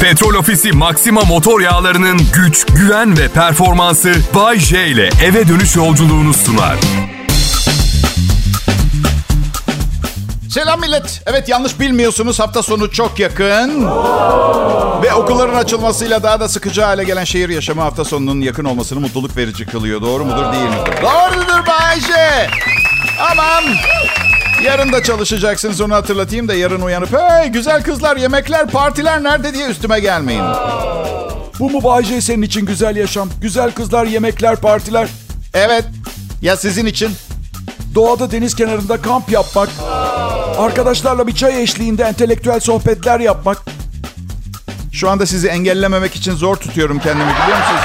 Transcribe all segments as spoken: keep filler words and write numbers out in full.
Petrol Ofisi Maxima motor yağlarının güç, güven ve performansı Bay J ile eve dönüş yolculuğunu sunar. Selam millet. Evet, yanlış bilmiyorsunuz, hafta sonu çok yakın. Ve okulların açılmasıyla daha da sıkıcı hale gelen şehir yaşamı hafta sonunun yakın olmasını mutluluk verici kılıyor. Doğru mudur, değil midir? Doğrudur Bay J. Aman. Yarın da çalışacaksınız, onu hatırlatayım da yarın uyanıp hey güzel kızlar, yemekler, partiler nerede diye üstüme gelmeyin. Bu mu Bay J senin için güzel yaşam? Güzel kızlar, yemekler, partiler. Evet. Ya sizin için? Doğada, deniz kenarında kamp yapmak. Arkadaşlarla bir çay eşliğinde entelektüel sohbetler yapmak. Şu anda sizi engellememek için zor tutuyorum kendimi, biliyor musunuz?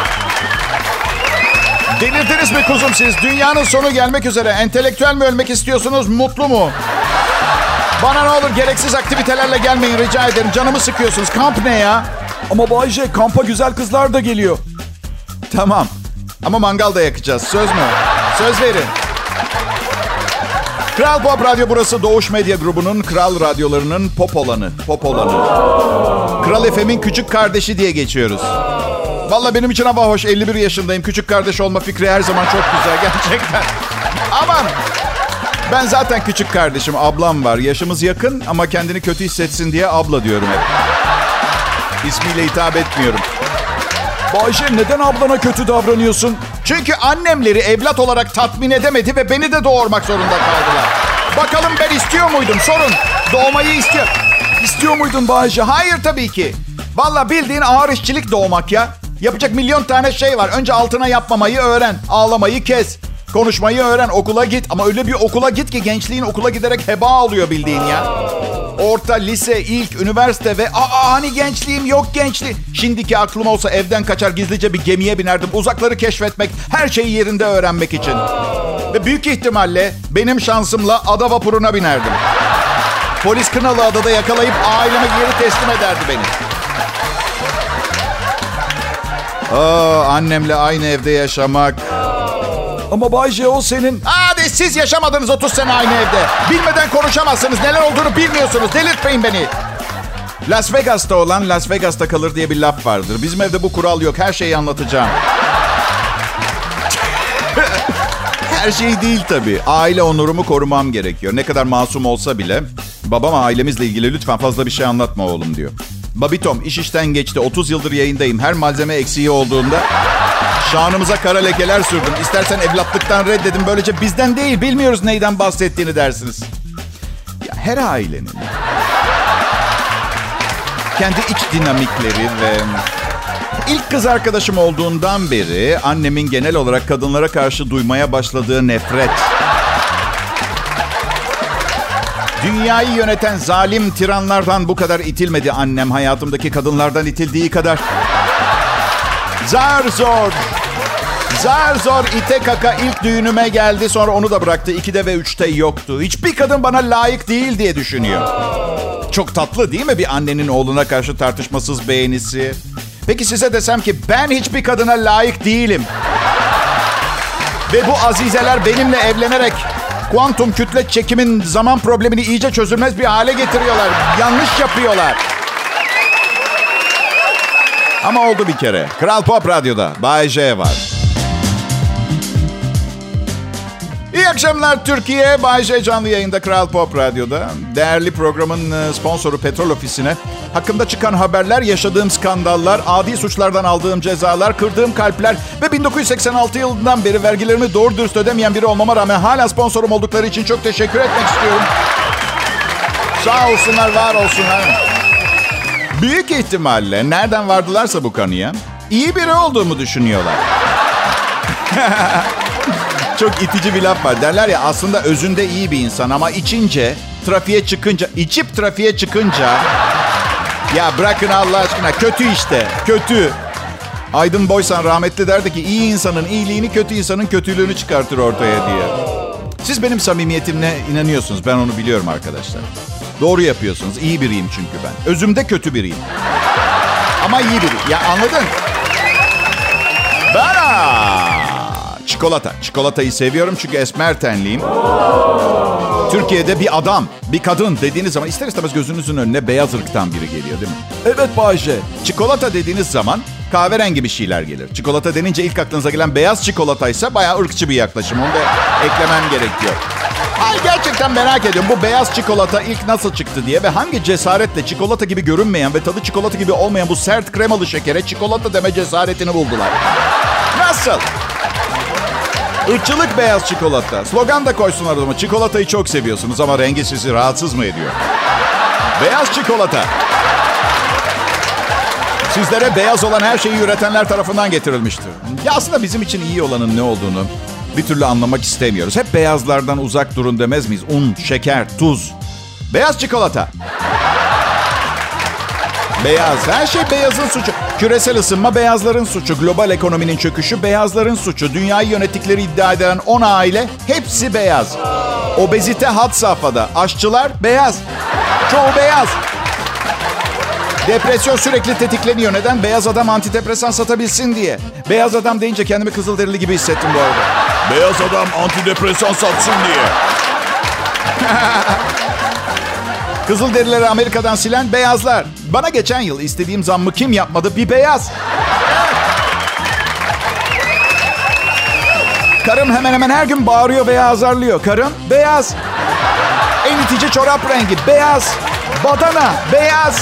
Delirdiniz mi kuzum siz? Dünyanın sonu gelmek üzere. Entelektüel mi ölmek istiyorsunuz, mutlu mu? Bana ne olur gereksiz aktivitelerle gelmeyin rica ederim. Canımı sıkıyorsunuz. Kamp ne ya? Ama Bay J, kampa güzel kızlar da geliyor. Tamam. Ama mangal da yakacağız. Söz mü? Söz verin. Kral Pop Radyo burası. Doğuş Medya Grubu'nun kral radyolarının pop olanı. Pop olanı. Kral F M'in küçük kardeşi diye geçiyoruz. Vallahi benim için hava hoş. elli bir yaşındayım. Küçük kardeş olma fikri her zaman çok güzel. Gerçekten. Aman. Ben zaten küçük kardeşim. Ablam var. Yaşımız yakın ama kendini kötü hissetsin diye abla diyorum hep. İsmiyle hitap etmiyorum. Bay J, neden ablana kötü davranıyorsun? Çünkü annemleri evlat olarak tatmin edemedi ve beni de doğurmak zorunda kaldılar. Bakalım ben istiyor muydum? Sorun. Doğmayı istiyor. İstiyor muydun Bay J? Hayır tabii ki. Vallahi bildiğin ağır işçilik doğmak ya. Yapacak milyon tane şey var. Önce altına yapmamayı öğren. Ağlamayı kes. Konuşmayı öğren. Okula git. Ama öyle bir okula git ki gençliğin okula giderek heba oluyor bildiğin ya. Orta, lise, ilk, üniversite ve aa hani gençliğim yok gençliğim. Şimdiki aklım olsa evden kaçar gizlice bir gemiye binerdim. Uzakları keşfetmek, her şeyi yerinde öğrenmek için. Ve büyük ihtimalle benim şansımla ada vapuruna binerdim. Polis Kınalı Adada yakalayıp aileme geri teslim ederdi beni. Aa, annemle aynı evde yaşamak. Ama Bay J, o senin... Hadi siz yaşamadınız otuz sene aynı evde. Bilmeden konuşamazsınız. Neler olduğunu bilmiyorsunuz. Delirtmeyin beni. Las Vegas'ta olan Las Vegas'ta kalır diye bir laf vardır. Bizim evde bu kural yok. Her şeyi anlatacağım. Her şey değil tabii. Aile onurumu korumam gerekiyor. Ne kadar masum olsa bile. Babam ailemizle ilgili lütfen fazla bir şey anlatma oğlum diyor. Babitom, iş işten geçti. otuz yıldır yayındayım. Her malzeme eksiği olduğunda şanımıza kara lekeler sürdüm. İstersen evlatlıktan reddedin. Böylece bizden değil, bilmiyoruz neyden bahsettiğini dersiniz. Ya her ailenin kendi iç dinamikleri ve ilk kız arkadaşım olduğundan beri annemin genel olarak kadınlara karşı duymaya başladığı nefret. Dünyayı yöneten zalim tiranlardan bu kadar itilmedi annem. Hayatımdaki kadınlardan itildiği kadar. Zar zor. Zar zor ite kaka ilk düğünüme geldi. Sonra onu da bıraktı. ikide ve üçte yoktu. Hiçbir kadın bana layık değil diye düşünüyor. Çok tatlı değil mi bir annenin oğluna karşı tartışmasız beğenisi? Peki size desem ki ben hiçbir kadına layık değilim. Ve bu azizeler benimle evlenerek kuantum kütle çekimin zaman problemini iyice çözülmez bir hale getiriyorlar. Yanlış yapıyorlar. Ama oldu bir kere. Kral Pop Radyo'da Bay J var. İyi akşamlar Türkiye. Bay J canlı yayında Kral Pop Radyo'da. Değerli programın sponsoru Petrol Ofisi'ne hakkında çıkan haberler, yaşadığım skandallar, adi suçlardan aldığım cezalar, kırdığım kalpler ve bin dokuz yüz seksen altı yılından beri vergilerimi doğru dürüst ödemeyen biri olmama rağmen hala sponsorum oldukları için çok teşekkür etmek istiyorum. Sağ olsunlar, var olsunlar. Büyük ihtimalle nereden vardılarsa bu kanıya iyi biri olduğumu düşünüyorlar. Çok itici bir laf var. Derler ya aslında özünde iyi bir insan ama içince, trafiğe çıkınca, içip trafiğe çıkınca ya bırakın Allah aşkına kötü işte, kötü. Aydın Boysan rahmetli derdi ki iyi insanın iyiliğini, kötü insanın kötülüğünü çıkartır ortaya diye. Siz benim samimiyetimle inanıyorsunuz. Ben onu biliyorum arkadaşlar. Doğru yapıyorsunuz. İyi biriyim çünkü ben. Özümde kötü biriyim. Ama iyi biri. Ya anladın? Bana. Çikolata. Çikolatayı seviyorum çünkü esmer tenliyim. Türkiye'de bir adam, bir kadın dediğiniz zaman ister istemez gözünüzün önüne beyaz ırktan biri geliyor değil mi? Evet Bay J. Çikolata dediğiniz zaman kahverengi bir şeyler gelir. Çikolata denince ilk aklınıza gelen beyaz çikolataysa bayağı ırkçı bir yaklaşım. Onu da eklemem gerekiyor. Ay gerçekten merak ediyorum bu beyaz çikolata ilk nasıl çıktı diye ve hangi cesaretle çikolata gibi görünmeyen ve tadı çikolata gibi olmayan bu sert kremalı şekere çikolata deme cesaretini buldular. Nasıl? Irkçılık beyaz çikolata. Slogan da koysunlar o zaman. Çikolatayı çok seviyorsunuz ama rengi sizi rahatsız mı ediyor? Beyaz çikolata. Sizlere beyaz olan her şeyi üretenler tarafından getirilmiştir. Ya aslında bizim için iyi olanın ne olduğunu bir türlü anlamak istemiyoruz. Hep beyazlardan uzak durun demez miyiz? Un, şeker, tuz. Beyaz çikolata. Beyaz. Her şey beyazın suçu. Küresel ısınma beyazların suçu. Global ekonominin çöküşü beyazların suçu. Dünyayı yönettikleri iddia edilen on aile hepsi beyaz. Obezite had safhada. Aşçılar beyaz. Çoğu beyaz. Depresyon sürekli tetikleniyor. Neden? Beyaz adam antidepresan satabilsin diye. Beyaz adam deyince kendimi Kızılderili gibi hissettim bu arada. Beyaz adam antidepresan satsın diye. Kızılderilileri Amerika'dan silen beyazlar. Bana geçen yıl istediğim zammı kim yapmadı? Bir beyaz. Karım hemen hemen her gün bağırıyor veya azarlıyor. Karım beyaz. En itici çorap rengi beyaz. Badana beyaz.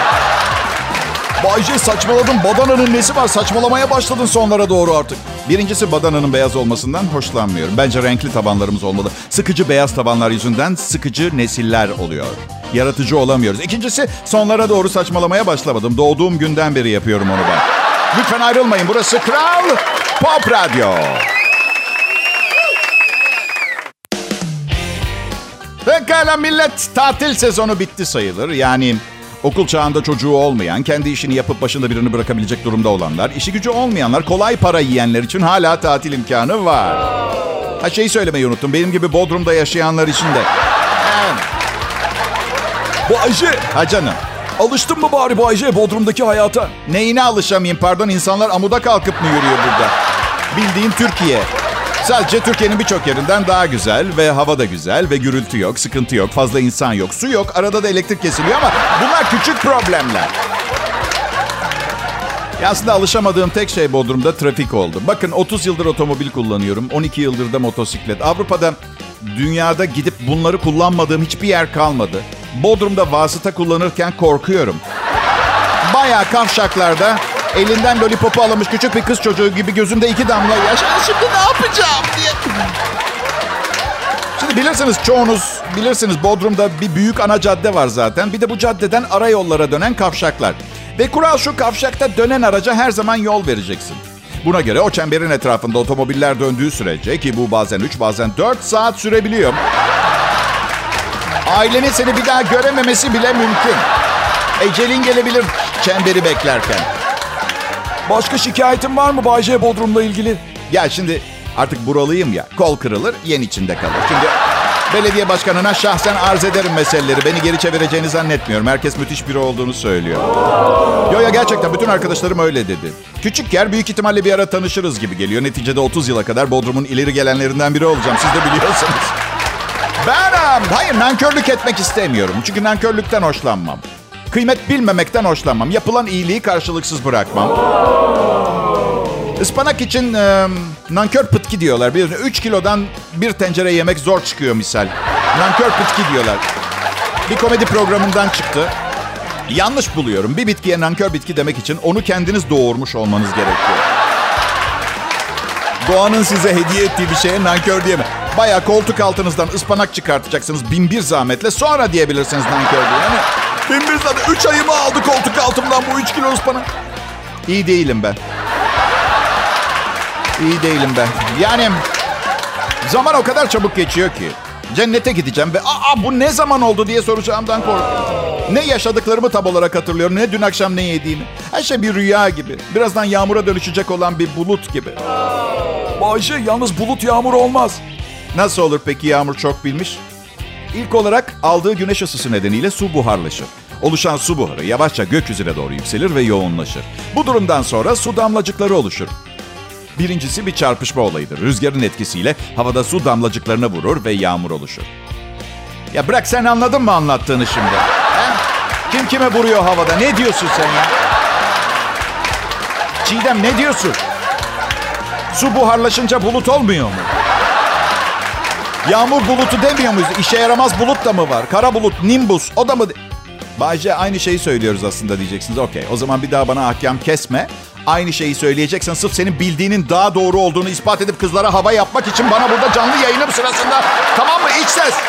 Bay J saçmaladım. Badananın nesi var? Saçmalamaya başladın sonlara doğru artık. Birincisi badananın beyaz olmasından hoşlanmıyorum. Bence renkli tabanlarımız olmalı. Sıkıcı beyaz tabanlar yüzünden sıkıcı nesiller oluyor. Yaratıcı olamıyoruz. İkincisi sonlara doğru saçmalamaya başlamadım. Doğduğum günden beri yapıyorum onu ben. Lütfen ayrılmayın. Burası Kral Pop Radyo. Pekala millet, tatil sezonu bitti sayılır. Yani okul çağında çocuğu olmayan, kendi işini yapıp başında birini bırakabilecek durumda olanlar, işi gücü olmayanlar, kolay para yiyenler için hala tatil imkanı var. Ha şeyi söylemeyi unuttum. Benim gibi Bodrum'da yaşayanlar için de. Evet. Bay J. Ha canım. Alıştın mı bari Bay J Bodrum'daki hayata? Neyine alışamayayım pardon, insanlar amuda kalkıp mı yürüyor burada? Bildiğin Türkiye. Sadece Türkiye'nin birçok yerinden daha güzel ve hava da güzel ve gürültü yok, sıkıntı yok, fazla insan yok, su yok, arada da elektrik kesiliyor ama bunlar küçük problemler. Ya aslında alışamadığım tek şey Bodrum'da trafik oldu. Bakın otuz yıldır otomobil kullanıyorum, on iki yıldır da motosiklet. Avrupa'da, dünyada gidip bunları kullanmadığım hiçbir yer kalmadı. Bodrum'da vasıta kullanırken korkuyorum. Bayağı kavşaklarda elinden lollipopu alınmış küçük bir kız çocuğu gibi gözümde iki damla yaş. Şimdi ne yapacağım diye. Şimdi bilirsiniz, çoğunuz bilirsiniz, Bodrum'da bir büyük ana cadde var zaten. Bir de bu caddeden ara yollara dönen kavşaklar. Ve kural şu: kavşakta dönen araca her zaman yol vereceksin. Buna göre o çemberin etrafında otomobiller döndüğü sürece, ki bu bazen üç bazen dört saat sürebiliyor, ailenin seni bir daha görememesi bile mümkün. Ecelin gelebilir çemberi beklerken. Başka şikayetin var mı Bay J Bodrum'la ilgili? Ya şimdi artık buralıyım ya. Kol kırılır, yen içinde kalır. Şimdi belediye başkanına şahsen arz ederim meseleleri. Beni geri çevireceğini zannetmiyorum. Herkes müthiş biri olduğunu söylüyor. Yo ya gerçekten bütün arkadaşlarım öyle dedi. Küçük yer, büyük ihtimalle bir ara tanışırız gibi geliyor. Neticede otuz yıla kadar Bodrum'un ileri gelenlerinden biri olacağım. Siz de biliyorsunuz. Ben hayır nankörlük etmek istemiyorum. Çünkü nankörlükten hoşlanmam. Kıymet bilmemekten hoşlanmam. Yapılan iyiliği karşılıksız bırakmam. Ispanak için e, nankör pıtki diyorlar. Biliyorsunuz, üç kilodan bir tencere yemek zor çıkıyor misal. Nankör pıtki diyorlar. Bir komedi programından çıktı. Yanlış buluyorum. Bir bitkiye nankör bitki demek için onu kendiniz doğurmuş olmanız gerekiyor. Doğanın size hediye ettiği bir şeye nankör diyemem. Bayağı koltuk altınızdan ıspanak çıkartacaksınız bin bir zahmetle. Sonra diyebilirsiniz nankör diye. Yani bin bir zahmet. Üç ayımı aldı koltuk altımdan bu üç kilo ıspanak. İyi değilim ben. İyi değilim ben. Yani zaman o kadar çabuk geçiyor ki. Cennete gideceğim ve aa bu ne zaman oldu diye soracağımdan korkuyorum. Ne yaşadıklarımı tam olarak hatırlıyorum, ne dün akşam ne yediğimi. Her şey bir rüya gibi. Birazdan yağmura dönüşecek olan bir bulut gibi. Bayşe, yalnız bulut yağmur olmaz. Nasıl olur peki yağmur çok bilmiş? İlk olarak aldığı güneş ısısı nedeniyle su buharlaşır. Oluşan su buharı yavaşça gökyüzüne doğru yükselir ve yoğunlaşır. Bu durumdan sonra su damlacıkları oluşur. Birincisi bir çarpışma olayıdır. Rüzgarın etkisiyle havada su damlacıklarına vurur ve yağmur oluşur. Ya bırak, sen anladın mı anlattığını şimdi? He? Kim kime vuruyor havada? Ne diyorsun sen ya? Çiğdem, ne diyorsun? Su buharlaşınca bulut olmuyor mu? Yağmur bulutu demiyor muyuz? İşe yaramaz bulut da mı var? Kara bulut, nimbus, o da mı? Bayce, aynı şeyi söylüyoruz aslında diyeceksiniz. Okey, o zaman bir daha bana ahkam kesme. Aynı şeyi söyleyeceksen sırf senin bildiğinin daha doğru olduğunu ispat edip kızlara hava yapmak için bana burada canlı yayınım sırasında. Tamam mı? İç ses.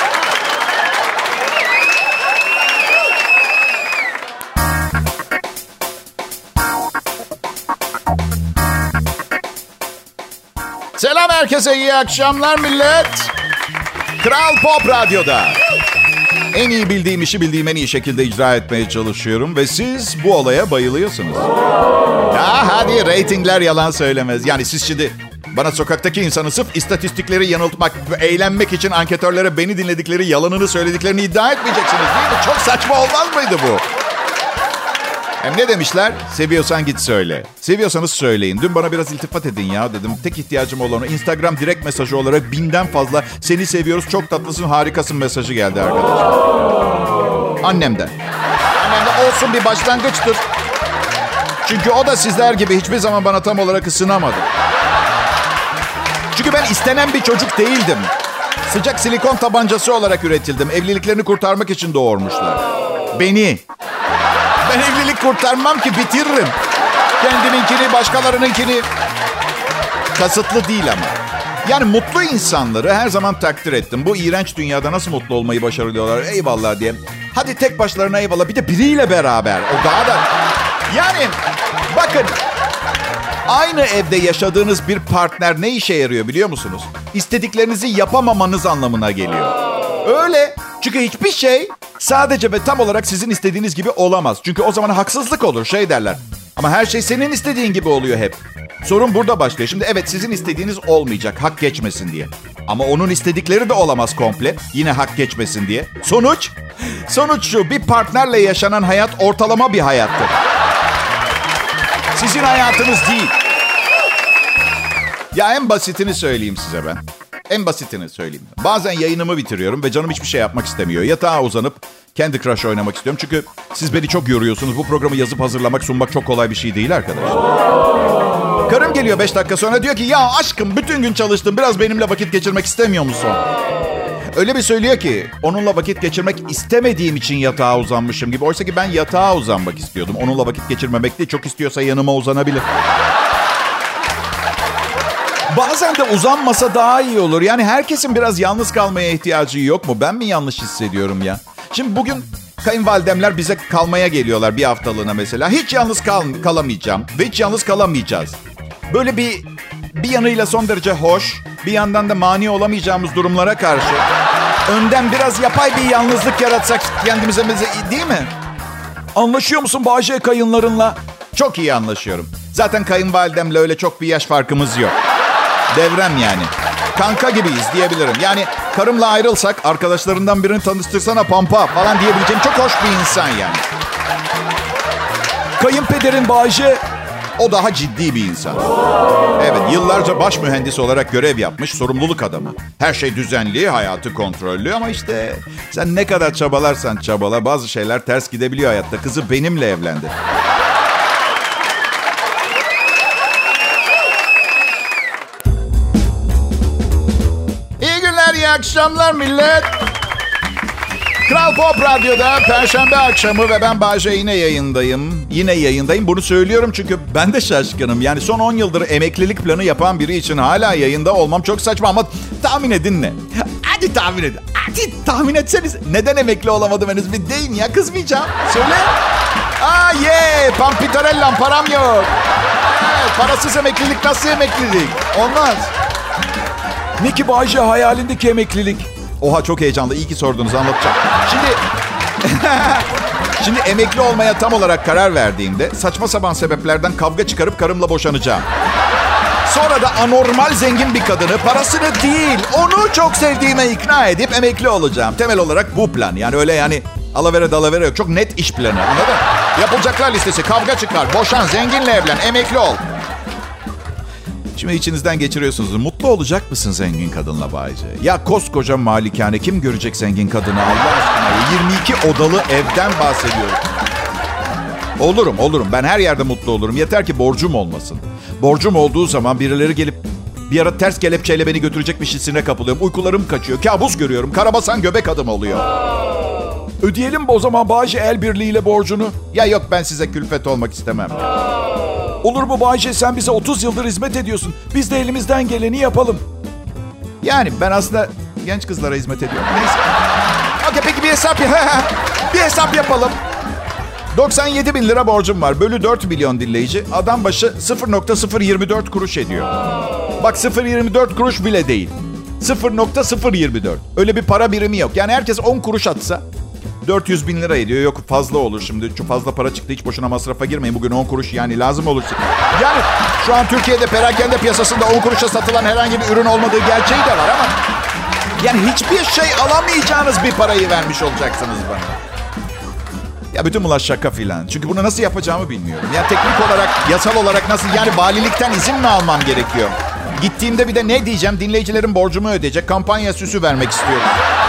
Selam herkese, iyi akşamlar millet. Kral Pop Radyo'da en iyi bildiğim işi bildiğim en iyi şekilde icra etmeye çalışıyorum ve siz bu olaya bayılıyorsunuz. Ya hadi, reytingler yalan söylemez. Yani siz şimdi bana sokaktaki insanı sırf istatistikleri yanıltmak ve eğlenmek için anketörlere beni dinledikleri, yalanını söylediklerini iddia etmeyeceksiniz değil mi? Çok saçma olmaz mıydı bu? Hem ne demişler? Seviyorsan git söyle. Seviyorsanız söyleyin. Dün bana biraz iltifat edin ya dedim. Tek ihtiyacım olan o. Instagram direkt mesajı olarak binden fazla seni seviyoruz, çok tatlısın, harikasın mesajı geldi arkadaşlar. Annemden. Annemden olsun, bir başlangıçtır. Çünkü o da sizler gibi hiçbir zaman bana tam olarak ısınamadı. Çünkü ben istenen bir çocuk değildim. Sıcak silikon tabancası olarak üretildim. Evliliklerini kurtarmak için doğurmuşlar. Beni. Ben evlilik kurtarmam ki, bitiririm. Kendiminkini, başkalarınınkini. Kasıtlı değil ama. Yani mutlu insanları her zaman takdir ettim. Bu iğrenç dünyada nasıl mutlu olmayı başarıyorlar, eyvallah diye. Hadi tek başlarına eyvallah, bir de biriyle beraber. O daha da... Yani bakın, aynı evde yaşadığınız bir partner ne işe yarıyor biliyor musunuz? İstediklerinizi yapamamanız anlamına geliyor. Öyle. Çünkü hiçbir şey sadece ve tam olarak sizin istediğiniz gibi olamaz. Çünkü o zaman haksızlık olur, şey derler. Ama her şey senin istediğin gibi oluyor hep. Sorun burada başlıyor. Şimdi evet, sizin istediğiniz olmayacak, hak geçmesin diye. Ama onun istedikleri de olamaz komple, yine hak geçmesin diye. Sonuç? Sonuç şu, bir partnerle yaşanan hayat ortalama bir hayattır. Sizin hayatınız değil. Ya en basitini söyleyeyim size ben. En basitini söyleyeyim. Bazen yayınımı bitiriyorum ve canım hiçbir şey yapmak istemiyor. Yatağa uzanıp Candy Crush oynamak istiyorum. Çünkü siz beni çok yoruyorsunuz. Bu programı yazıp hazırlamak, sunmak çok kolay bir şey değil arkadaşlar. Karım geliyor beş dakika sonra, diyor ki ya aşkım bütün gün çalıştım, biraz benimle vakit geçirmek istemiyor musun? Öyle bir söylüyor ki onunla vakit geçirmek istemediğim için yatağa uzanmışım gibi. Oysa ki ben yatağa uzanmak istiyordum. Onunla vakit geçirmemek değil, çok istiyorsa yanıma uzanabilir. Bazen de uzanmasa daha iyi olur. Yani herkesin biraz yalnız kalmaya ihtiyacı yok mu? Ben mi yanlış hissediyorum ya? Şimdi bugün kayınvalidemler bize kalmaya geliyorlar bir haftalığına mesela. Hiç yalnız kal kalamayacağım ve hiç yalnız kalamayacağız. Böyle bir bir yanıyla son derece hoş, bir yandan da mani olamayacağımız durumlara karşı önden biraz yapay bir yalnızlık yaratsak kendimize, değil mi? Anlaşıyor musun Bahçe kayınlarınla? Çok iyi anlaşıyorum. Zaten kayınvalidemle öyle çok bir yaş farkımız yok. Devrem yani. Kanka gibiyiz diyebilirim. Yani karımla ayrılsak arkadaşlarından birini tanıştırsana pampa falan diyebileceğim çok hoş bir insan yani. Kayınpederin Bahçe... O daha ciddi bir insan. Evet, yıllarca baş mühendis olarak görev yapmış, sorumluluk adamı. Her şey düzenli, hayatı kontrollü ama işte sen ne kadar çabalarsan çabala bazı şeyler ters gidebiliyor hayatta. Kızı benimle evlendi. İyi günler, iyi akşamlar millet. Kral Pop Radyo'da Perşembe akşamı ve ben Bahçe yine yayındayım. Yine yayındayım. Bunu söylüyorum çünkü ben de şaşkınım. Yani son on yıldır emeklilik planı yapan biri için hala yayında olmam çok saçma ama tahmin edin ne? Hadi tahmin edin. Hadi tahmin etseniz. Neden emekli olamadım henüz? Bir deyin ya, kızmayacağım. Söyle. Aa ye, yeah, pampitarellam, param yok. Evet, parasız emeklilik nasıl emeklilik? Olmaz. Ne ki Bahçe hayalindeki emeklilik? Oha, çok heyecanlı. İyi ki sordunuz, anlatacağım. Şimdi Şimdi emekli olmaya tam olarak karar verdiğimde saçma sapan sebeplerden kavga çıkarıp karımla boşanacağım. Sonra da anormal zengin bir kadını, parasını değil onu çok sevdiğime ikna edip emekli olacağım. Temel olarak bu plan. Yani öyle yani alavere dalavere yok. Çok net iş planı, anladın? Yapılacaklar listesi: kavga çıkar, boşan, zenginle evlen, emekli ol. Şimdi içinizden geçiriyorsunuz. Mutlu olacak mısın zengin kadınla Bayce? Ya koskoca malikane kim görecek zengin kadını Allah aşkına? yirmi iki odalı evden bahsediyorum. Olurum, olurum. Ben her yerde mutlu olurum. Yeter ki borcum olmasın. Borcum olduğu zaman birileri gelip bir ara ters kelepçeyle beni götürecekmiş hissine kapılıyorum. Uykularım kaçıyor. Kabus görüyorum. Karabasan göbek adım oluyor. Ödeyelim mi o zaman Bayce el birliğiyle borcunu? Ya yok, ben size külfet olmak istemem. Olur mu Bayce, sen bize otuz yıldır hizmet ediyorsun. Biz de elimizden geleni yapalım. Yani ben aslında genç kızlara hizmet ediyorum. Neyse. Okey, peki bir hesap ya. Bir hesap yapalım. doksan yedi bin lira borcum var. Bölü dört milyon dinleyici. Adam başı sıfır nokta sıfır yirmi dört kuruş ediyor. Bak sıfır virgül yirmi dört kuruş bile değil. sıfır nokta sıfır yirmi dört. Öyle bir para birimi yok. Yani herkes on kuruş atsa dört yüz bin lira ediyor. Yok fazla olur şimdi. Çok fazla para çıktı. Hiç boşuna masrafa girmeyin. Bugün on kuruş yani lazım olur. Yani şu an Türkiye'de perakende piyasasında on kuruşa satılan herhangi bir ürün olmadığı gerçeği de var ama yani hiçbir şey alamayacağınız bir parayı vermiş olacaksınız bana. Ya bütün bunlar şaka filan. Çünkü bunu nasıl yapacağımı bilmiyorum. Ya teknik olarak, yasal olarak nasıl, yani valilikten izin mi almam gerekiyor? Gittiğimde bir de ne diyeceğim? Dinleyicilerin borcumu ödeyecek. Kampanya süsü vermek istiyorum.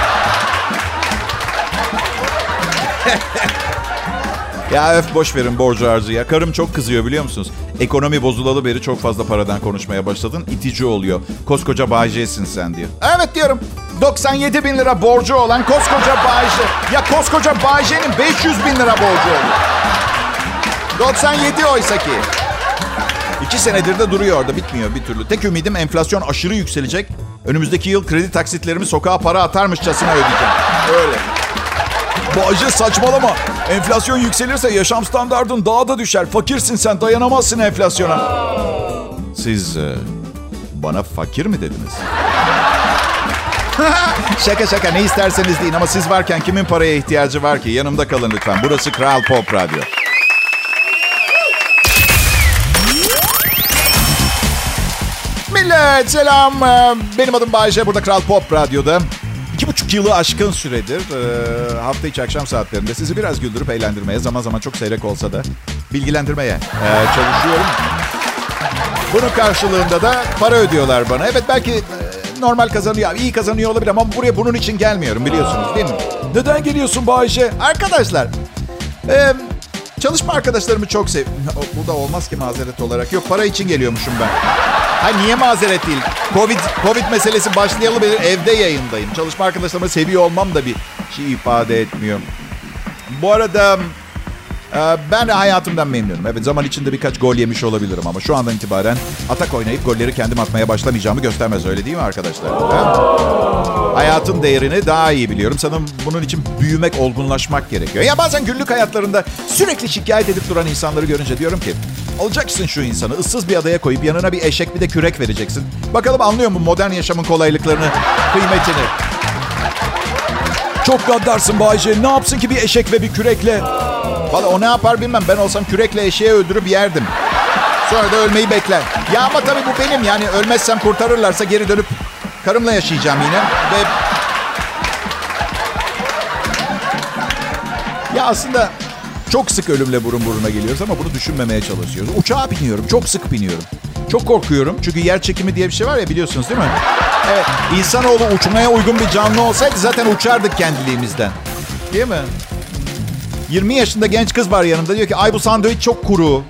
Ya öf, boş verin borcu harcı ya. Karım çok kızıyor biliyor musunuz? Ekonomi bozulalı beri çok fazla paradan konuşmaya başladın. İtici oluyor. Koskoca Bayce'sin sen diyor. Evet diyorum. doksan yedi bin lira borcu olan koskoca Bayce. Ya koskoca Bayce'nin beş yüz bin lira borcu oluyor. doksan yedi oysa ki. İki senedir de duruyor orada, bitmiyor bir türlü. Tek ümidim enflasyon aşırı yükselecek. Önümüzdeki yıl kredi taksitlerimi sokağa para atarmışçasına ödeyeceğim. Öyle. Bayce saçmalama. Enflasyon yükselirse yaşam standardın daha da düşer. Fakirsin sen, dayanamazsın enflasyona. Siz e, bana fakir mi dediniz? Şaka şaka, ne isterseniz deyin ama siz varken kimin paraya ihtiyacı var ki? Yanımda kalın lütfen. Burası Kral Pop Radyo. Millet selam. Benim adım Bayce. Burada Kral Pop Radyo'da. İki buçuk yılı aşkın süredir e, hafta içi akşam saatlerinde sizi biraz güldürüp eğlendirmeye, zaman zaman çok seyrek olsa da bilgilendirmeye e, çalışıyorum. Bunun karşılığında da para ödüyorlar bana. Evet, belki e, normal kazanıyor, iyi kazanıyor olabilir ama buraya bunun için gelmiyorum, biliyorsunuz değil mi? Neden geliyorsun Bayce? Arkadaşlar, e, çalışma arkadaşlarımı çok sev... Bu da olmaz ki mazeret olarak. Yok, para için geliyormuşum ben. Hayır, niye mazeret değil? Covid, Covid meselesi başlayalı beri evde yayındayım. Çalışma arkadaşlarımı seviyor olmam da bir şey ifade etmiyor. Bu arada e, ben hayatımdan memnunum. Evet, zaman içinde birkaç gol yemiş olabilirim ama şu andan itibaren atak oynayıp golleri kendim atmaya başlamayacağımı göstermez, öyle değil mi arkadaşlar? Ha? Hayatın değerini daha iyi biliyorum. Sanırım bunun için büyümek, olgunlaşmak gerekiyor. Ya bazen günlük hayatlarında sürekli şikayet edip duran insanları görünce diyorum ki, alacaksın şu insanı, ıssız bir adaya koyup yanına bir eşek bir de kürek vereceksin. Bakalım anlıyor mu modern yaşamın kolaylıklarını, kıymetini? Çok gaddarsın Bayce. Ne yapsın ki bir eşek ve bir kürekle? Valla o ne yapar bilmem. Ben olsam kürekle eşeği öldürüp yerdim. Sonra da ölmeyi bekler. Ya ama tabii bu benim, yani ölmezsem kurtarırlarsa geri dönüp karımla yaşayacağım yine. Ve ya aslında çok sık ölümle burun buruna geliyoruz ama bunu düşünmemeye çalışıyoruz. Uçağa biniyorum, çok sık biniyorum. Çok korkuyorum çünkü yer çekimi diye bir şey var ya, biliyorsunuz değil mi? Evet, insanoğlu uçmaya uygun bir canlı olsaydı zaten uçardık kendiliğimizden. Değil mi? yirmi yaşında genç kız var yanımda, diyor ki ay bu sandviç çok kuru.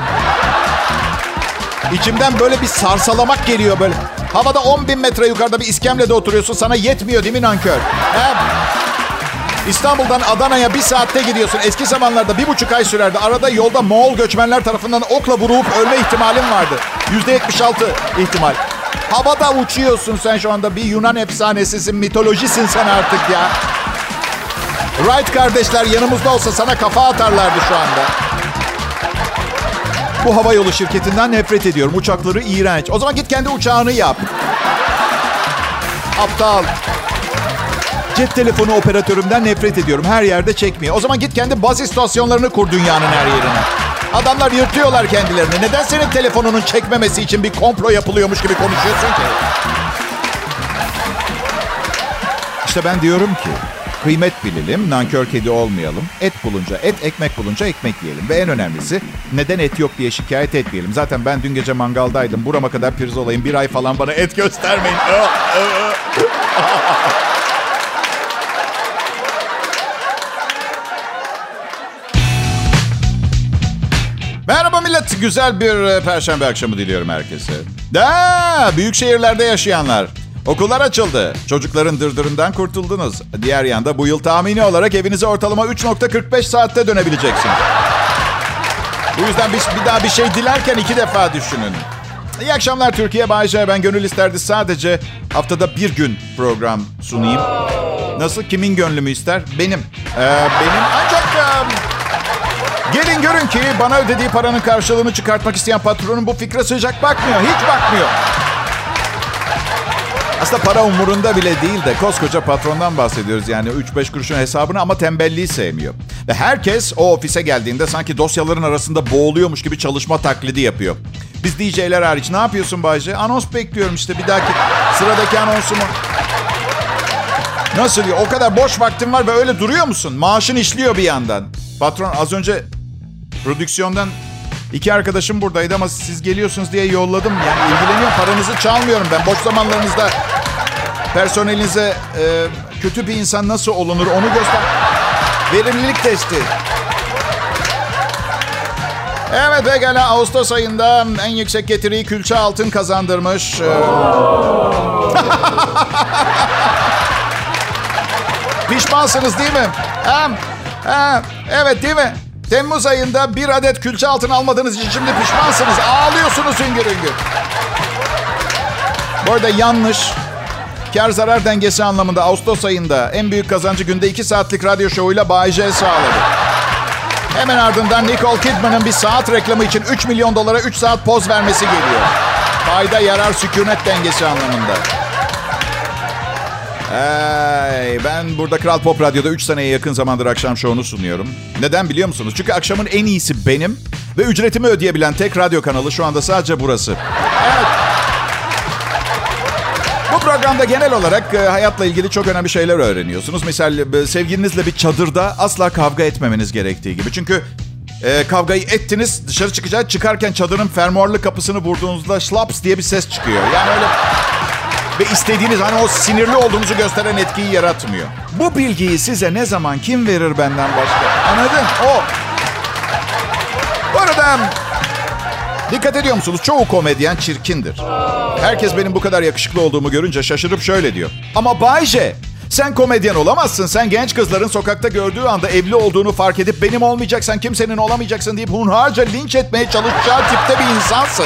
İçimden böyle bir sarsalamak geliyor böyle. Havada on bin metre yukarıda bir iskemlede oturuyorsun, sana yetmiyor değil mi nankör? He? İstanbul'dan Adana'ya bir saatte gidiyorsun. Eski zamanlarda bir buçuk ay sürerdi. Arada yolda Moğol göçmenler tarafından okla vurup ölme ihtimalin vardı. Yüzde yetmiş altı ihtimal. Havada uçuyorsun sen şu anda. Bir Yunan efsanesisin, mitolojisin sen artık ya. Wright kardeşler yanımızda olsa sana kafa atarlardı şu anda. Bu havayolu şirketinden nefret ediyorum. Uçakları iğrenç. O zaman git kendi uçağını yap. Aptal. Cep telefonu operatörümden nefret ediyorum. Her yerde çekmiyor. O zaman git kendi baz istasyonlarını kur dünyanın her yerine. Adamlar yırtıyorlar kendilerini. Neden senin telefonunun çekmemesi için bir komplo yapılıyormuş gibi konuşuyorsun ki? İşte ben diyorum ki Kıymet bilelim, nankör kedi olmayalım. Et bulunca et, ekmek bulunca ekmek yiyelim. Ve en önemlisi neden et yok diye şikayet etmeyelim. Zaten ben dün gece mangaldaydım. Burama kadar pirzolayım. Bir ay falan bana et göstermeyin. Merhaba millet. Güzel bir perşembe akşamı diliyorum herkese. Da, büyük şehirlerde yaşayanlar. Okullar açıldı. Çocukların dırdırından kurtuldunuz. Diğer yanda bu yıl tahmini olarak evinize ortalama üç nokta kırk beş saatte dönebileceksiniz. Bu yüzden bir, bir daha bir şey dilerken iki defa düşünün. İyi akşamlar Türkiye. Bay J. Ben gönül isterdi sadece haftada bir gün program sunayım. Nasıl? Kimin gönlümü ister? Benim. Ee, benim ancak... Gelin görün ki bana ödediği paranın karşılığını çıkartmak isteyen patronun bu fikre sıcak bakmıyor. Hiç bakmıyor. Aslında para umurunda bile değil de koskoca patrondan bahsediyoruz. Yani üç beş kuruşun hesabını ama tembelliği sevmiyor. Ve herkes o ofise geldiğinde sanki dosyaların arasında boğuluyormuş gibi çalışma taklidi yapıyor. Biz D J'ler hariç ne yapıyorsun Bayce? Anons bekliyorum işte bir dahaki sıradaki anonsumu. Nasıl diyor? O kadar boş vaktin var ve öyle duruyor musun? Maaşın işliyor bir yandan. Patron az önce prodüksiyondan iki arkadaşım buradaydı ama siz geliyorsunuz diye yolladım. Yani ilgileniyorum, paranızı çalmıyorum ben. Boş zamanlarınızda personelinize e, kötü bir insan nasıl olunur onu göster. Verimlilik testi. Evet pekala, Ağustos ayında en yüksek getiriyi külçe altın kazandırmış. Pişmansınız değil mi? Ha, ha, evet değil mi? Temmuz ayında bir adet külçe altın almadığınız için şimdi pişmansınız. Ağlıyorsunuz hüngür hüngür. Bu arada yanlış. Kar zarar dengesi anlamında Ağustos ayında en büyük kazancı günde iki saatlik radyo şovuyla Bay J sağladı. Hemen ardından Nicole Kidman'ın bir saat reklamı için üç milyon dolara üç saat poz vermesi geliyor. Fayda yarar sükunet dengesi anlamında. Hey, ben burada Kral Pop Radyo'da üç seneye yakın zamandır akşam şovunu sunuyorum. Neden biliyor musunuz? Çünkü akşamın en iyisi benim ve ücretimi ödeyebilen tek radyo kanalı şu anda sadece burası. Evet. Bu programda genel olarak e, hayatla ilgili çok önemli şeyler öğreniyorsunuz. Mesela sevgilinizle bir çadırda asla kavga etmemeniz gerektiği gibi. Çünkü e, kavgayı ettiniz, dışarı çıkacak, çıkarken çadırın fermuarlı kapısını vurduğunuzda şlaps diye bir ses çıkıyor. Yani öyle... Ve istediğiniz hani o sinirli olduğunuzu gösteren etkiyi yaratmıyor. Bu bilgiyi size ne zaman kim verir benden başka? Anladın? O. Bu arada dikkat ediyor musunuz? Çoğu komedyen çirkindir. Herkes benim bu kadar yakışıklı olduğumu görünce şaşırıp şöyle diyor. Ama Bay J, sen komedyen olamazsın. Sen genç kızların sokakta gördüğü anda evli olduğunu fark edip benim olmayacaksan kimsenin olamayacaksın deyip hunharca linç etmeye çalışacağı tipte bir insansın.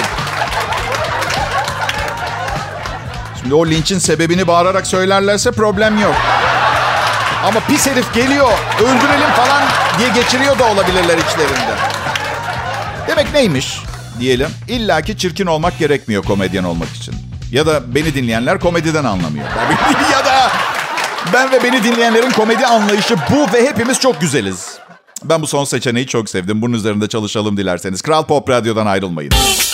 Şimdi o linçin sebebini bağırarak söylerlerse problem yok. Ama pis herif geliyor, öldürelim falan diye geçiriyor da olabilirler içlerinden. Demek neymiş diyelim? İlla ki çirkin olmak gerekmiyor komedyen olmak için. Ya da beni dinleyenler komediden anlamıyor. Ya da ben ve beni dinleyenlerin komedi anlayışı bu ve hepimiz çok güzeliz. Ben bu son seçeneği çok sevdim. Bunun üzerinde çalışalım dilerseniz. Kral Pop Radyo'dan ayrılmayın.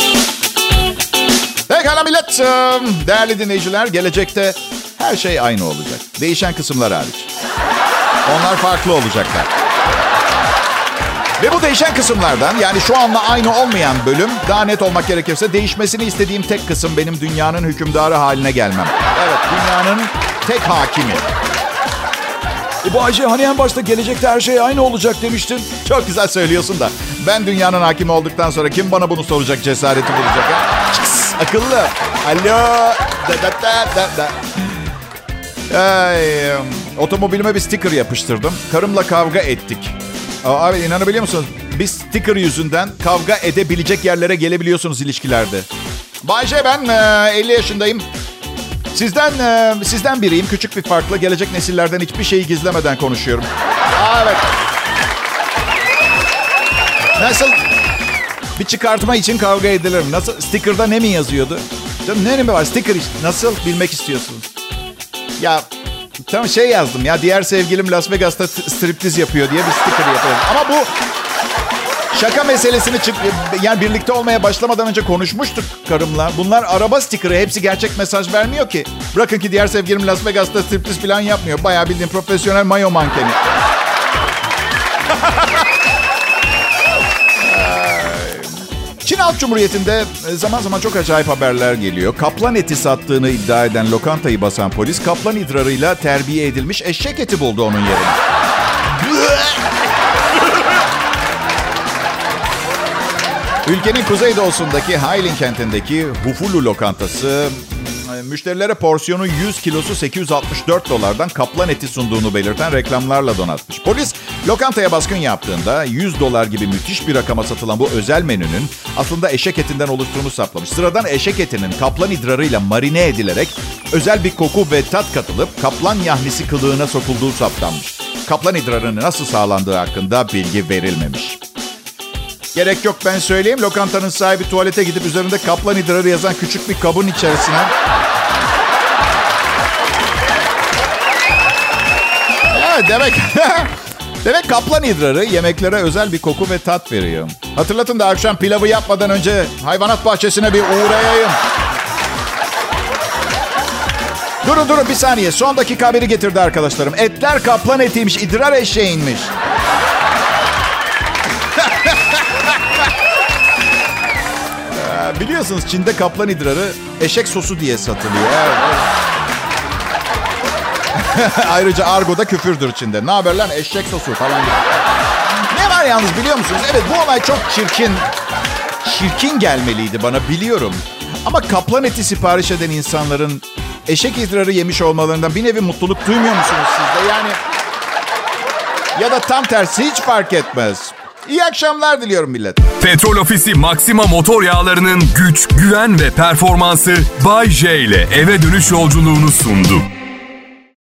Pekala millet, değerli dinleyiciler, gelecekte her şey aynı olacak. Değişen kısımlar hariç. Onlar farklı olacaklar. Ve bu değişen kısımlardan, yani şu anla aynı olmayan bölüm, daha net olmak gerekirse değişmesini istediğim tek kısım benim dünyanın hükümdarı haline gelmem. Evet, dünyanın tek hakimi. E bu Ayşe hani en başta gelecekte her şey aynı olacak demiştin. Çok güzel söylüyorsun da ben dünyanın hakimi olduktan sonra kim bana bunu soracak cesareti bulacak ha? Çıks, akıllı. Alo. Da, da, da, da, da. Ay, otomobilime bir sticker yapıştırdım. Karımla kavga ettik. Aa, abi inanabiliyor musunuz? Bir sticker yüzünden kavga edebilecek yerlere gelebiliyorsunuz ilişkilerde. Bayce, ben elli yaşındayım. Sizden sizden biriyim. Küçük bir farkla gelecek nesillerden hiçbir şeyi gizlemeden konuşuyorum. Aa, evet. Nasıl? Bir çıkartma için kavga edilir mi? Nasıl? Sticker'da ne mi yazıyordu? Canım, ne mi var? Sticker işte. Nasıl? Bilmek istiyorsunuz. Ya tam şey yazdım ya. Diğer sevgilim Las Vegas'ta striptiz yapıyor diye bir sticker yapıyorum. Ama bu Şaka meselesini çık yani birlikte olmaya başlamadan önce konuşmuştuk karımla. Bunlar araba stikeri, hepsi gerçek mesaj vermiyor ki. Bırakın ki diğer sevgilim Las Vegas'ta striptiz falan yapmıyor. Bayağı bildiğin profesyonel mayo mankeni. Çin Halk Cumhuriyeti'nde zaman zaman çok acayip haberler geliyor. Kaplan eti sattığını iddia eden lokantayı basan polis, kaplan idrarıyla terbiye edilmiş eşek eti buldu onun yerine. Ülkenin kuzeydoğusundaki Hailin kentindeki Hufulu lokantası müşterilere porsiyonu yüz kilosu sekiz yüz altmış dört dolardan kaplan eti sunduğunu belirten reklamlarla donatmış. Polis lokantaya baskın yaptığında yüz dolar gibi müthiş bir rakama satılan bu özel menünün aslında eşek etinden oluştuğunu saptamış. Sıradan eşek etinin kaplan idrarıyla marine edilerek özel bir koku ve tat katılıp kaplan yahnisi kılığına sokulduğu saptanmış. Kaplan idrarının nasıl sağlandığı hakkında bilgi verilmemiş. Gerek yok, ben söyleyeyim. Lokantanın sahibi tuvalete gidip üzerinde kaplan idrarı yazan küçük bir kabın içerisine... Evet, demek... demek kaplan idrarı yemeklere özel bir koku ve tat veriyor. Hatırlatın da akşam pilavı yapmadan önce hayvanat bahçesine bir uğrayayım. Durun durun bir saniye. Son dakika haberi getirdi arkadaşlarım. Etler kaplan etiymiş, idrar eşeğinmiş. Biliyorsunuz Çin'de kaplan idrarı eşek sosu diye satılıyor. Evet, evet. Ayrıca argoda küfürdür Çin'de. Ne haber lan eşek sosu falan gibi. Ne var yalnız biliyor musunuz? Evet, bu olay çok çirkin. Çirkin gelmeliydi bana, biliyorum. Ama kaplan eti sipariş eden insanların eşek idrarı yemiş olmalarından bir nevi mutluluk duymuyor musunuz siz de? Yani ya da tam tersi, hiç fark etmez. İyi akşamlar diliyorum millet. Petrol Ofisi Maxima motor yağlarının güç, güven ve performansı Bay J ile eve dönüş yolculuğunu sundu.